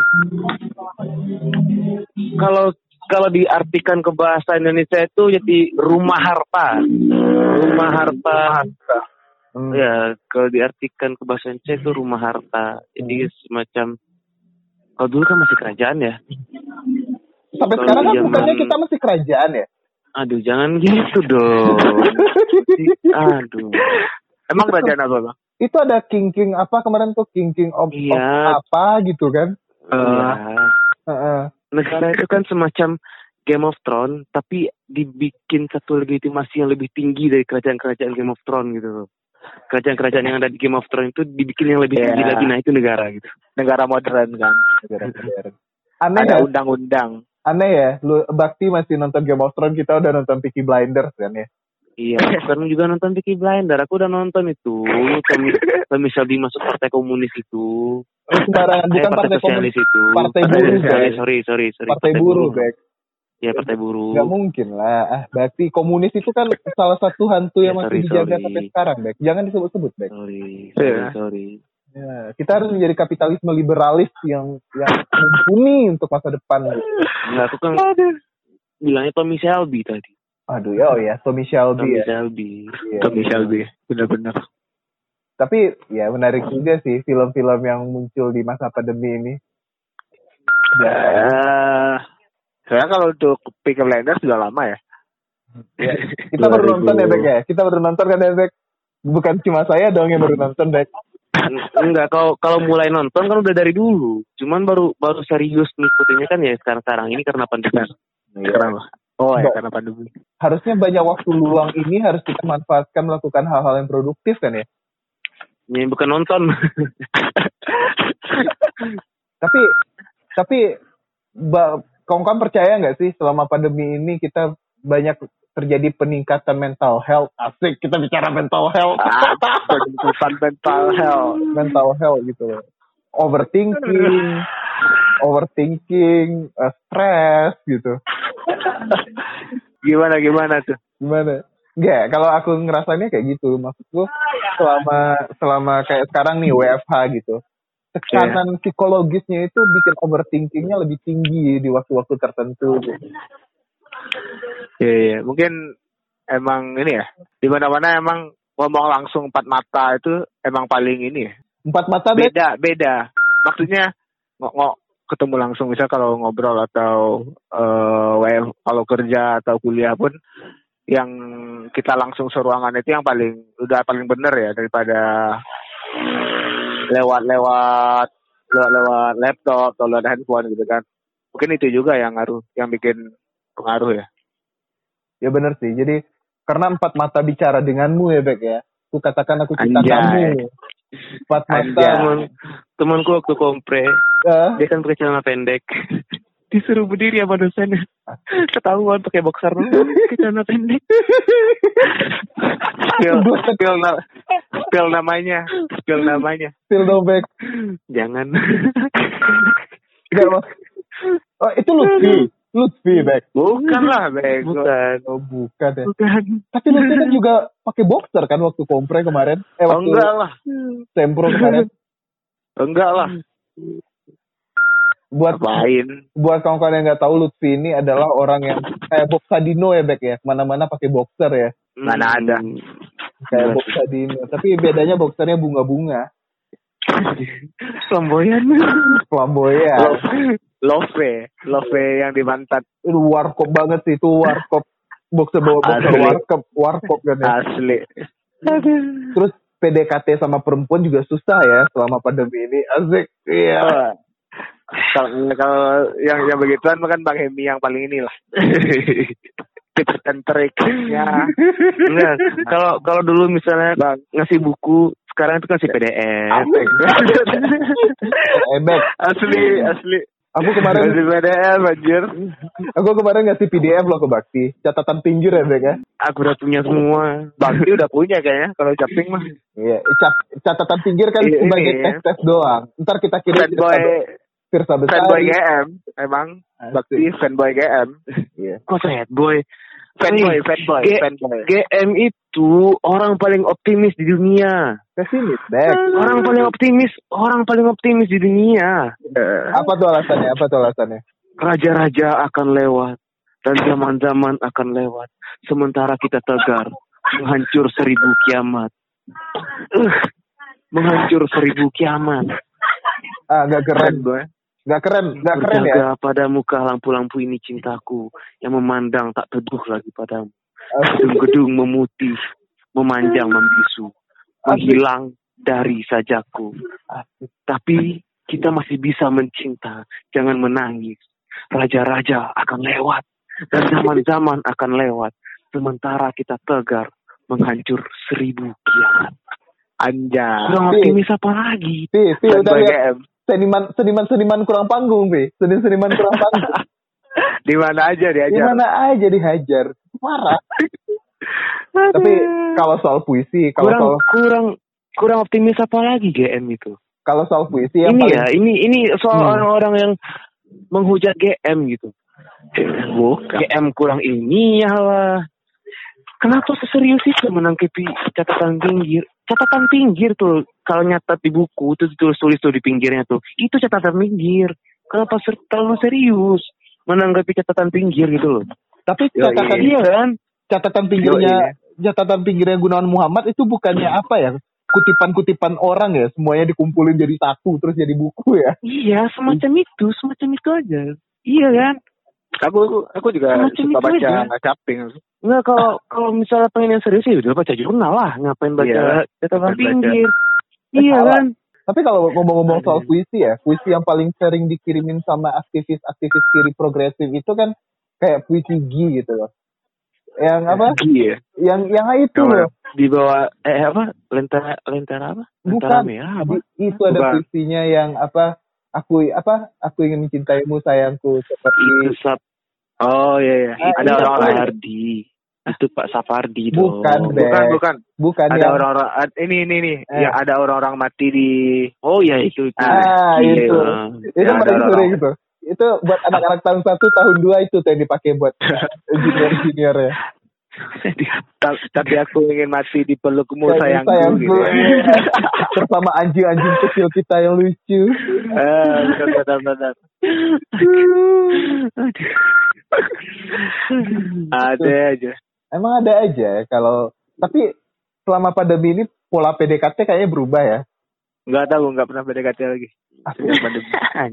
A: kalau kalau diartikan ke bahasa Indonesia itu jadi rumah harta. Rumah harta. Hmm. Ya, kalau diartikan ke bahasa Indonesia itu rumah harta. Jadi semacam kalau dulu kan masih kerajaan ya.
B: Sampai kalo sekarang kan zaman... bukannya kita masih kerajaan ya?
A: Aduh, jangan gitu dong. Aduh.
C: Emang kerajaan apa, Bang?
B: Itu ada king-king apa kemarin tuh king-king of,
A: iya.
B: of apa gitu kan?
A: Uh, iya. Uh-uh. Negara itu kan semacam Game of Thrones, tapi dibikin satu legitimasi yang lebih tinggi dari kerajaan-kerajaan Game of Thrones gitu loh. Kerajaan-kerajaan yang ada di Game of Thrones itu dibikin yang lebih yeah. tinggi lagi, nah itu negara gitu.
C: Negara modern kan. Negara modern. Aneh ada ya? Undang-undang.
B: Aneh ya, lu Bakti masih nonton Game of Thrones, kita udah nonton Peaky Blinders kan ya?
A: Iya, sekarang juga nonton Peaky Blinders, aku udah nonton itu. Tommy, Tommy Shelby masuk partai komunis itu.
B: Sembarangan, bukan eh, partai, partai komunis itu. Partai buruh,
A: sorry, sorry, sorry, sorry.
B: Partai, partai buruh, Bek.
A: Ya, partai buruh.
B: Gak mungkin lah. Ah, Bakti komunis itu kan salah satu hantu yang ya, masih dijaga sampai sekarang, Bek. Jangan disebut-sebut, Bek.
A: Sorry, sorry, sorry.
B: Ya, kita harus menjadi kapitalisme liberalis yang yang mumpuni untuk masa depan.
A: Nah, aku kan bilangnya Tommy Shelby tadi.
B: Aduh ya, oh ya, Tommy Shelby.
A: Tommy
B: ya.
A: Shelby.
B: Ya,
C: Tommy ya. Shelby, benar-benar.
B: Tapi ya menarik juga sih film-film yang muncul di masa pandemi ini.
C: Ya, uh, saya kalau untuk Peaky Blinders sudah lama ya.
B: ya kita baru nonton ya, Bek ya. Kita baru nonton kan ya, Bek. Bukan cuma saya dong yang baru nonton, Bek.
A: Enggak, kalau kalau mulai nonton kan udah dari dulu. Cuman baru baru serius ngikutinnya kan ya sekarang-sekarang ini karena pandemi.
C: Kenapa? Oh ya, karena pandemi.
B: Harusnya banyak waktu luang ini harus kita manfaatkan melakukan hal-hal yang produktif kan ya?
A: Ya bukan nonton.
B: tapi tapi kawan-kawan percaya nggak sih selama pandemi ini kita banyak terjadi peningkatan mental health? Asik, kita bicara mental health.
C: Peningkatan mental health.
B: Mental health gitu loh. Overthinking, overthinking, uh, stress gitu.
C: Gimana gimana tuh?
B: Gimana? Enggak, kalau aku ngerasainnya kayak gitu. Maksudku selama selama kayak sekarang nih W F H gitu. Tekanan yeah. psikologisnya itu bikin overthinkingnya lebih tinggi di waktu-waktu tertentu gitu.
C: Iya, yeah, yeah. Mungkin emang ini ya. Di mana-mana emang ngomong langsung empat mata itu emang paling ini ya.
B: Empat mata
C: beda, beda. Maksudnya ngok ketemu langsung, misal kalau ngobrol atau uh, kalau kerja atau kuliah pun yang kita langsung seruangan itu yang paling udah paling bener ya daripada lewat-lewat lewat-lewat laptop atau lewat handphone gitu kan. Mungkin itu juga yang ngaruh, yang bikin pengaruh ya.
B: Ya benar sih. Jadi karena empat mata bicara denganmu ya, Bek ya. Aku katakan aku cinta kamu. Empat mata.
A: Teman, temanku waktu kompre, uh. dia kan pakai celana pendek. Disuruh berdiri sama dosennya. Ketahuan pakai boxer dulu, pakai celana pendek. Spill, spill, spill namanya, spill namanya.
B: Spill dong, Bek.
A: Jangan.
B: Enggak, Mas. Oh, itu Lutfi. Lutfi, Bek.
C: Bukan lah, Bek.
B: Bukan. Oh, bukan ya.
A: Bukan.
B: Tapi Lutfi kan juga pakai boxer kan waktu kompre kemarin.
C: Eh, waktu oh, enggak lah.
B: Sempro kemarin.
C: Enggak lah.
B: Buat
C: Apain?
B: Buat kawan-kawan yang nggak tahu, Lutfi ini adalah orang yang kayak Bob Sadino ya, Bek ya. Kemana-mana pakai boxer ya.
C: Mana hmm. ada.
B: Kayak Bob Sadino. Tapi bedanya boxernya bunga-bunga.
A: Flamboyan.
B: Flamboyan.
C: Love, love yang di pantat.
B: Itu warkop banget sih, itu warkop. Boxer bawa boxer warkop, warkop kan ya.
C: Asli.
B: Terus P D K T sama perempuan juga susah ya selama pandemi ini. Asik. Iya.
C: Kalau kalau yang yang begituan kan Bang Hemi yang paling inilah. Tips and triknya.
A: Enggak, kalau kalau dulu misalnya
C: Bang.
A: ngasih buku, sekarang itu kasih P D F.
B: Ebek.
C: asli asli.
B: Aku kemarin
C: Kasih P D F anjir.
B: Aku kemarin ngasih P D F loh ke Bakti. Catatan pinggir ya, Bek ya.
A: Aku udah punya semua.
C: Bakti udah punya kayaknya kalau caping mah.
B: Iya, cat- catatan pinggir kan
C: Ini,
B: sebagai
C: ya.
B: tes-tes doang. Ntar kita kirim
C: Fanboy
B: Tirsa Besari.
C: fanboy G M emang
B: Asik.
C: Bakti fanboy G M.
B: Iya.
A: Kok sad boy?
C: Fanboy,
A: Hey,
C: fanboy,
A: G-
C: fanboy.
A: G M itu orang paling optimis di dunia.
B: Pesimis, Bek.
A: Orang paling optimis, orang paling optimis di dunia.
C: Eh,
B: Apa tuh alasannya? Apa tuh alasannya?
A: Raja-raja akan lewat dan zaman-zaman akan lewat. Sementara kita tegar, menghancur seribu kiamat. Uh, menghancur seribu kiamat.
B: Ah, gak keren.
C: fanboy.
B: Gak keren, gak keren ya.
A: Berjaga pada muka lampu-lampu ini cintaku, yang memandang tak teduh lagi padamu. Gedung-gedung memutih, memanjang, membisu, menghilang dari sajaku. Tapi kita masih bisa mencinta, jangan menangis. Raja-raja akan lewat, dan zaman-zaman akan lewat. Sementara kita tegar, menghancur seribu kiamat.
C: Anjay.
A: Kurang optimis apa lagi?
B: Pi, Pi, udah
C: Fanboy G
B: lihat
C: M.
B: seniman, seniman, seniman kurang panggung, Pi. Seniman, seniman kurang panggung.
C: Di mana aja
B: Di
C: diajar.
B: mana aja dihajar. Marah. Tapi kalau soal puisi, kalau
A: kurang
B: soal
A: kurang kurang optimis apa lagi G M itu?
B: kalau soal puisi yang
A: Ini
B: paling
A: ya, ini ini soal
B: Hmm.
A: orang-orang yang menghujat G M gitu.
C: Bukan.
A: G M kurang ilmiah lah. Kenapa seserius itu menanggapi catatan pinggir? Catatan pinggir tuh kalau nyatat di buku itu ditulis-tulis tuh di pinggirnya tuh. Itu catatan pinggir. Kenapa ser- terlalu serius menanggapi catatan pinggir gitu loh?
B: tapi
C: Yo,
B: catatan
A: Iya kan?
B: catatan
C: Yo,
B: pinggirnya catatan pinggirnya Gunawan Muhammad itu bukannya apa ya? Kutipan-kutipan orang ya, semuanya dikumpulin jadi satu terus jadi buku ya.
A: Iya, semacam itu, semacam itu aja. Iya kan?
C: Aku aku juga
A: Macam
C: suka
A: itu
C: baca
A: aja.
C: caping.
A: Enggak, kalau kalau misalnya pengen yang serius ya udah baca jurnal lah, ngapain baca
C: Iya,
A: catatan
C: ngapain baca.
A: pinggir.
B: Eh,
A: Iya
B: salah.
A: kan?
B: Tapi kalau ngomong-ngomong soal
A: Aduh.
B: puisi ya, puisi yang paling sering dikirimin sama aktivis-aktivis kiri progresif itu kan kayak puisi Gi gitu loh. Yang apa?
C: Iya.
B: Yang yang itu
C: Yang mana?
B: loh.
A: Di bawah eh apa? Lentera lentera apa? Lentera
B: Bukan.
A: merah apa?
B: Di- itu ada
C: Bukan.
B: puisinya yang apa? Aku apa? Aku ingin mencintaimu sayangku
A: Itu
B: seperti
A: Sap
C: Oh iya iya.
B: Ah,
C: Ada
B: iya,
C: orang-orang.
A: Sapardi. Itu Pak Sapardi dong.
B: Bukan, Bek.
C: Bukan bukan.
B: bukan
C: Ada
B: yang
C: orang-orang ad- ini ini nih.
B: Eh.
C: Ya ada orang-orang mati di.
A: Oh ya itu itu.
B: Ah,
A: Iya.
B: itu. itu
C: Ya, ada
B: paling
C: orang-orang.
B: sering gitu. Itu buat anak-anak tahun satu, tahun dua itu tuh yang dipakai buat junior-junior ya.
C: Ta- Tapi aku ingin mati di pelukmu
B: Sayang-
C: sayangku.
B: sayangku,
C: Gitu. ya.
B: iya. Bersama anjing-anjing kecil kita yang lucu.
C: Eh, benar benar. Ada aja.
B: Emang ada aja ya kalau tapi selama pandemi ini pola P D K T kayaknya berubah ya.
C: Enggak tahu, enggak pernah P D K T lagi. Sejak pandemi.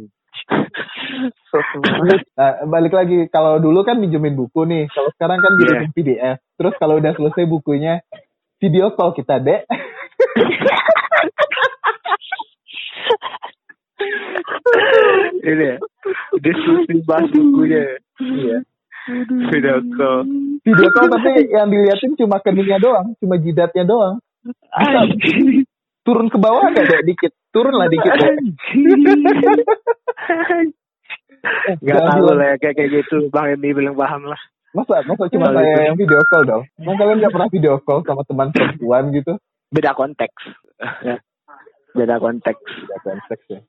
B: Nah, balik lagi kalau dulu kan minjemin buku nih, kalau sekarang kan
C: Iya.
B: bikin P D F. Terus kalau udah selesai bukunya video call kita, Dek.
C: Ini ya. Diskusi bahas bukunya.
B: Iya.
C: Video call.
B: Video call tapi yang diliatin cuma keningnya doang, cuma jidatnya doang.
A: Anjing.
B: Turun ke bawah agak Dek, dikit. Turun lah dikit, Dek. Eh,
C: Enggak
B: jangan
C: tahu
B: bilang-
C: lah ya, kayak kayak gitu. Bang Emi bilang paham lah.
B: Masa, masa cuma
C: Kalau
B: saya
C: itu.
B: yang video call dong? Emang kalian gak pernah video call sama teman perempuan gitu?
C: Beda konteks. Ya. Beda konteks.
B: Ya konteks ya.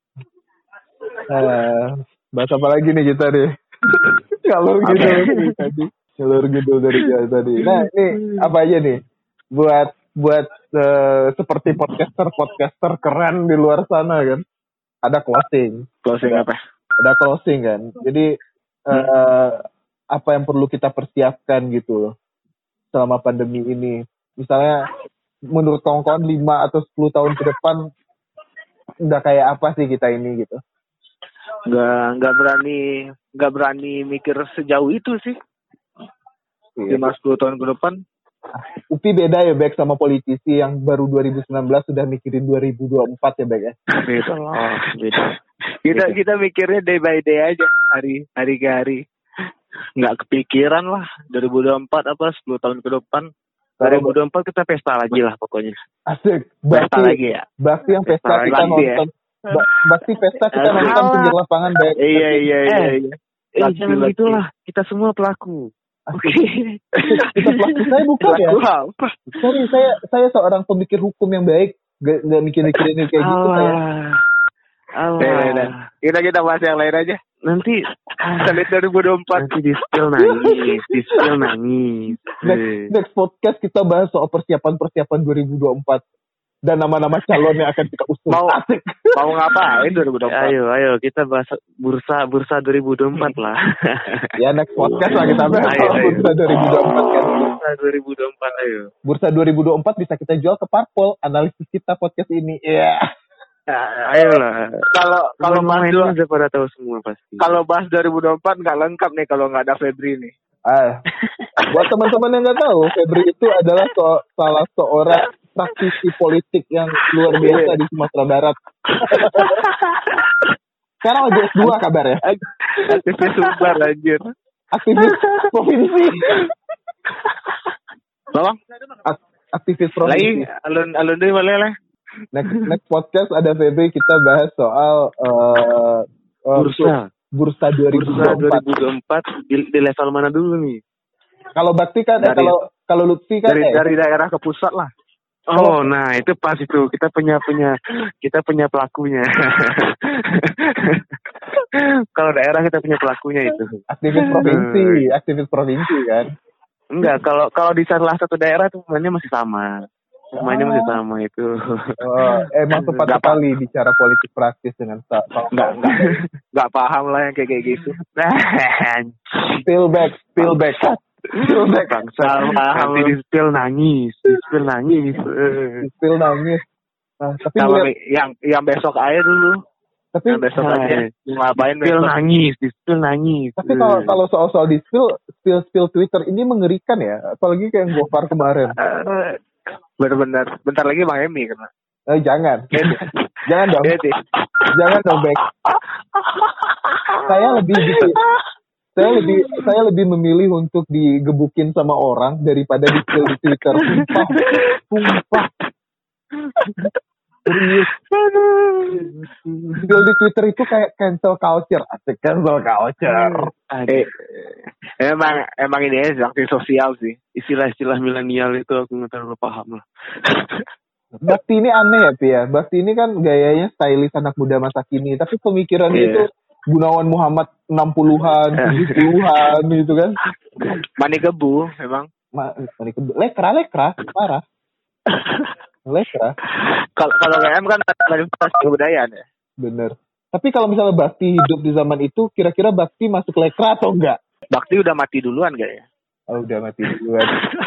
B: Eh, bahas apa lagi nih kita nih? Kalau gitu dari tadi. Jalur gitu dari kita tadi. Nah, ini apa aja nih? Buat buat eh, seperti podcaster-podcaster keren di luar sana kan. Ada closing.
C: Closing apa?
B: Ada closing kan. Jadi eh, apa yang perlu kita persiapkan gitu loh selama pandemi ini. Misalnya menurut kawan-kawan lima atau sepuluh tahun ke depan udah kayak apa sih kita ini gitu.
C: Nggak nggak berani nggak berani mikir sejauh itu sih. lima sepuluh tahun ke depan.
B: U P I beda ya Bek sama politisi yang baru dua ribu sembilan belas sudah mikirin dua ribu dua puluh empat ya Bek ya.
C: Gitu.
A: Oh, beda.
C: Kita
A: Gitu.
C: kita mikirnya day by day aja, hari hari ke hari. Nggak kepikiran lah dua ribu dua puluh empat apa sepuluh tahun ke depan. dua ribu dua puluh empat kita pesta lagi lah pokoknya.
B: Asik.
C: Pesta
B: Bakti,
C: lagi ya.
B: bakti yang pesta
A: Pesta
B: kita
C: lagi ya.
B: nonton. Ba- bakti pesta kita
C: Aduh.
B: nonton pinggir lapangan baik.
C: Iya iya iya
A: Eh,
C: iya.
A: Eh
C: Laki,
A: jangan
C: laki.
A: gitulah, kita semua pelaku. Oke.
B: Kita pelaku, saya bukan ya.
C: Laku apa?
B: Sorry, saya saya seorang pemikir hukum yang baik. Gak, gak mikir-mikirin kayak gitu saya.
A: Alah.
C: Nah, nah, nah. Kita kita bahas yang lain aja.
A: Nanti
C: Sampai dua ribu dua puluh empat.
A: nanti di spill nangis, di spill nangis.
B: Next,
A: Eh.
B: next podcast kita bahas soal persiapan-persiapan dua ribu dua puluh empat dan nama-nama calon yang akan kita usung.
C: Mau
B: Asik.
C: mau ngapain dua ribu dua puluh empat?
A: Ayo, ayo kita bahas bursa bursa dua ribu dua puluh empat lah.
B: Ya next podcast lah kita bahas
A: Ayo,
B: soal
A: ayo.
B: bursa dua ribu dua puluh empat kan.
A: Bursa dua ribu dua puluh empat ayo.
B: Bursa dua ribu dua puluh empat bisa kita jual ke parpol analisis kita podcast ini. Iya.
A: Ayolah.
C: Kalau kalau bahas
A: Pemain-pemainnya
C: dua
A: udah pada tahu semua pasti.
C: kalau bahas dua ribu dua puluh empat nggak lengkap nih kalau nggak ada Febri nih.
B: Ah, buat teman-teman yang nggak tahu, Febri itu adalah so- salah seorang praktisi politik yang luar biasa di Sumatera Barat. Sekarang lagi S dua kabar ya,
C: Aktifnya Sumbar anjir.
B: aktivis provinsi.
C: Tolong.
B: Ak- aktivis
C: Lagi
B: provinsi.
C: alun alun deh boleh lah.
B: Next, next podcast ada Febri, kita bahas soal uh, uh,
A: Bursa.
B: bursa dua ribu
A: Bursa
B: dua puluh
A: dua
B: empat.
A: ribu dua puluh empat di, di level mana dulu nih?
B: Kalau Bakti kan, eh,
C: Dari-
B: kalau kalau Lutfi kan,
C: Dari
B: eh,
C: dari daerah ke pusat lah.
A: Oh, nah itu pas itu kita punya punya kita punya pelakunya. Kalau daerah kita punya pelakunya itu.
B: aktivis provinsi, aktivis provinsi kan.
A: Enggak, kalau kalau di salah satu daerah tuh semuanya masih sama. Semuanya masih sama itu.
B: Oh, emang tepat
C: Nggak
B: sekali bicara politik praktis dengan sa-
C: Nggak nggak nggak paham lah yang kayak kayak gitu.
B: spill back, spill back, spill back,
A: Bangsa,
C: Paham.
A: nanti di spill nangis, di spill nangis.
B: spill nangis. Nah, tapi
C: Sama
B: ngeliat,
C: nih, yang yang besok aja dulu.
B: tapi
C: Yang besok
A: Nah,
C: aja. Mau ngapain
A: Di spill
C: besok?
A: nangis, di spill nangis.
B: tapi kalau kalau soal-soal di spill, spill spill Twitter ini mengerikan ya, apalagi kayak yang Gofar kemarin.
C: Eh, Bener-bener. Bentar lagi Bang Emi kena.
B: Eh, jangan,
C: Iya,
B: jangan dong,
C: iya, iya.
B: jangan dong, Bek. Saya lebih gitu. Saya lebih saya lebih memilih untuk digebukin sama orang daripada di spill di Twitter. Sumpah, sumpah. Serius. Spill di Twitter itu kayak cancel culture, asik cancel culture.
C: Eh, emang emang ini ya sanksi sosial sih.
A: Istilah-istilah milenial itu aku nggak terlalu paham lah.
B: Bakti ini aneh ya, Pi ya. Bakti ini kan gayanya stylish anak muda masa kini, tapi pemikirannya
A: Iya.
B: itu Gunawan Muhammad enam puluhan, tujuh puluhan gitu kan.
C: Mani gebu memang.
B: Ma- lekra lekra parah. Lekra,
C: Kalau kalau K M kan ada universitas kebudayaan ya.
B: bener. Tapi kalau misalnya Bakti hidup di zaman itu, kira-kira Bakti masuk lekra atau enggak?
C: Bakti udah mati duluan kayaknya.
B: Oh, udah mati duluan.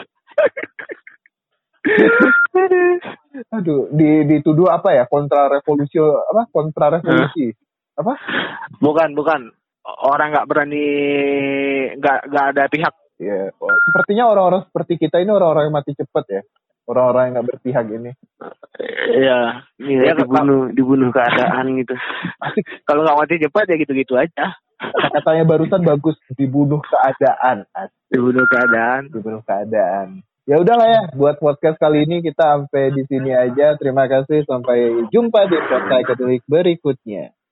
B: Aduh, di dituduh apa ya? Kontra revolusi apa? Kontra revolusi. Apa?
C: Bukan bukan. Orang nggak berani, nggak nggak ada pihak.
B: Ya, oh, sepertinya orang-orang seperti kita ini orang-orang yang mati cepat ya. Orang-orang yang nggak berpihak ini.
C: Iya.
A: Iya,
C: Ya,
A: dibunuh, dibunuh keadaan gitu.
B: Asik.
C: Kalau nggak mati cepat ya gitu-gitu aja.
B: Kata-katanya barusan bagus, dibunuh keadaan. Asik,
C: Dibunuh keadaan.
B: dibunuh keadaan. Ya udahlah ya, buat podcast kali ini kita sampai di sini aja. Terima kasih, sampai jumpa di podcast Katolik berikutnya.